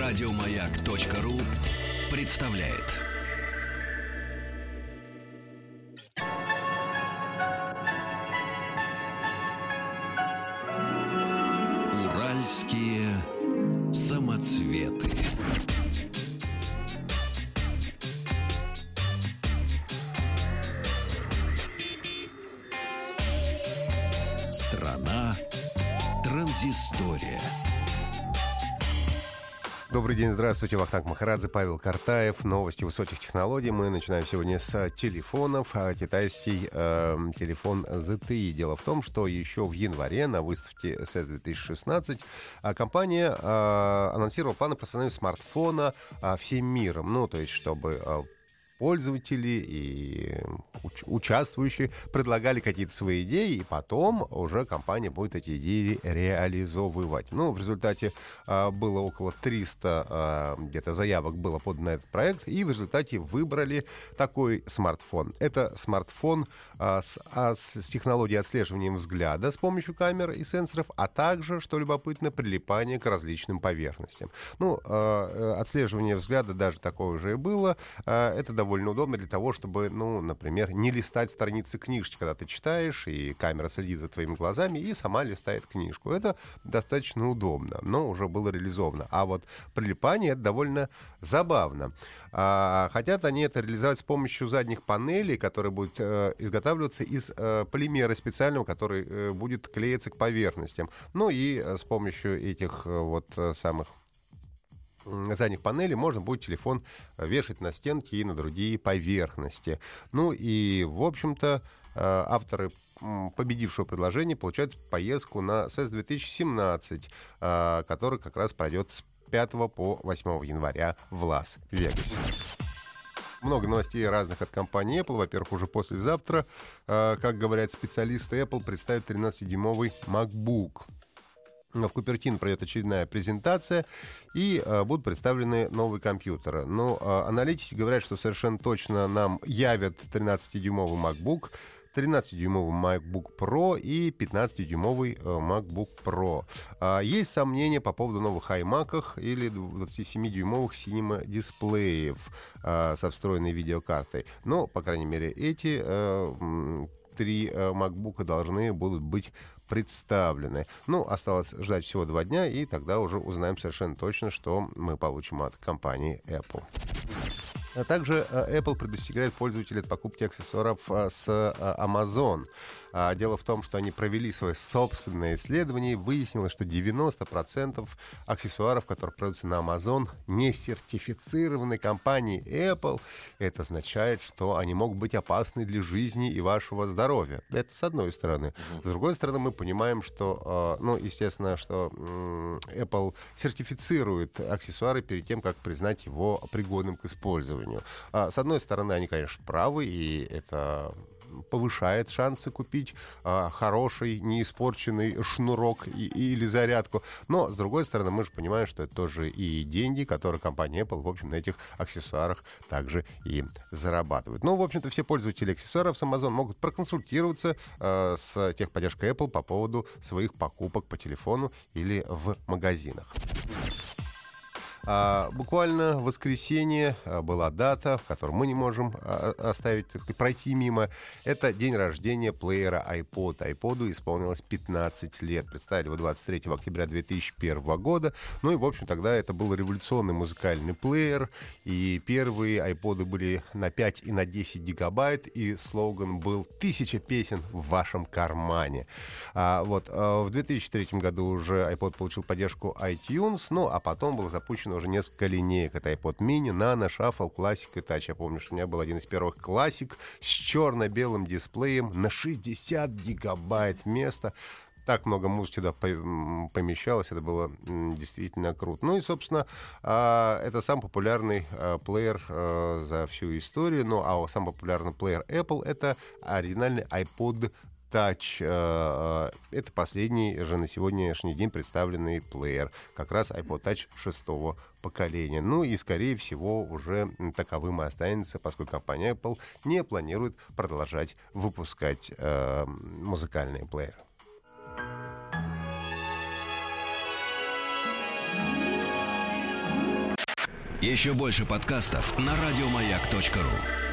Радиомаяк.ру представляет. Уральские самоцветы. Страна транзистория. Добрый день, здравствуйте, Вахтанг Махарадзе, Павел Картаев. Новости высоких технологий. Мы начинаем сегодня с телефонов. Китайский телефон ZTE. Дело в том, что еще в январе на выставке CES 2016 компания анонсировала планы по созданию смартфона всем миром. Ну, то есть, чтобы пользователи и участвующие предлагали какие-то свои идеи, и потом уже компания будет эти идеи реализовывать. Ну, в результате было около 300 где-то заявок было подано на этот проект, и в результате выбрали такой смартфон. Это смартфон с технологией отслеживания взгляда с помощью камер и сенсоров, а также, что любопытно, прилипание к различным поверхностям. Ну, отслеживание взгляда даже такое уже и было. Это довольно удобно для того, чтобы, ну, например, не листать страницы книжки, когда ты читаешь, и камера следит за твоими глазами и сама листает книжку. Это достаточно удобно, но уже было реализовано. А вот прилипание — это довольно забавно. Хотят они это реализовать с помощью задних панелей, которые будут изготавливаться из полимера специального, который будет клеиться к поверхностям. Ну и с помощью этих вот самых задних панелей можно будет телефон вешать на стенки и на другие поверхности. Ну и, в общем-то, авторы победившего предложения получают поездку на CES 2017, который как раз пройдет с 5 по 8 января в Лас-Вегасе. Много новостей разных от компании Apple. Во-первых, уже послезавтра, как говорят специалисты, Apple представит 13-дюймовый MacBook. В Купертино пройдет очередная презентация, и будут представлены новые компьютеры. Но аналитики говорят, что совершенно точно нам явят 13-дюймовый MacBook, 13-дюймовый MacBook Pro и 15-дюймовый MacBook Pro. Есть сомнения по поводу новых iMac'ах или 27-дюймовых Cinema-дисплеев со встроенной видеокартой. Но, по крайней мере, эти три MacBook'а должны будут быть представлены. Ну, осталось ждать всего 2 дня, и тогда уже узнаем совершенно точно, что мы получим от компании Apple. А также Apple предостерегает пользователей от покупки аксессуаров с Amazon. Дело в том, что они провели свое собственное исследование, и выяснилось, что 90% аксессуаров, которые продаются на Amazon, не сертифицированы компанией Apple. Это означает, что они могут быть опасны для жизни и вашего здоровья. Это с одной стороны. С другой стороны, мы понимаем, что, ну, естественно, что Apple сертифицирует аксессуары перед тем, как признать его пригодным к использованию. С одной стороны, они, конечно, правы, и это повышает шансы купить хороший, неиспорченный шнурок или зарядку. Но, с другой стороны, мы же понимаем, что это тоже и деньги, которые компания Apple, в общем, на этих аксессуарах также и зарабатывает. Ну, в общем-то, все пользователи аксессуаров с Amazon могут проконсультироваться с техподдержкой Apple по поводу своих покупок по телефону или в магазинах. Буквально в воскресенье была дата, в которой мы не можем оставить, так сказать, пройти мимо. Это день рождения плеера iPod. iPod'у исполнилось 15 лет. Представили его 23 октября 2001 года. Ну и, в общем, тогда это был революционный музыкальный плеер. И первые iPod'ы были на 5 и на 10 гигабайт. И слоган был «1000 песен в вашем кармане». В 2003 году уже iPod получил поддержку iTunes. Ну, а потом было запущено уже несколько линеек. Это iPod mini, Nano, Shuffle, Classic и Touch. Я помню, что у меня был один из первых Classic с черно-белым дисплеем на 60 гигабайт места. Так много музыки туда помещалось, это было действительно круто. Ну и, собственно, это самый популярный плеер за всю историю. Ну, а самый популярный плеер Apple — это оригинальный iPod Touch. Это последний же на сегодняшний день представленный плеер. Как раз iPod Touch 6-го поколения. Ну и, скорее всего, уже таковым и останется, поскольку компания Apple не планирует продолжать выпускать музыкальные плееры. Еще больше подкастов на радиомаяк.ру.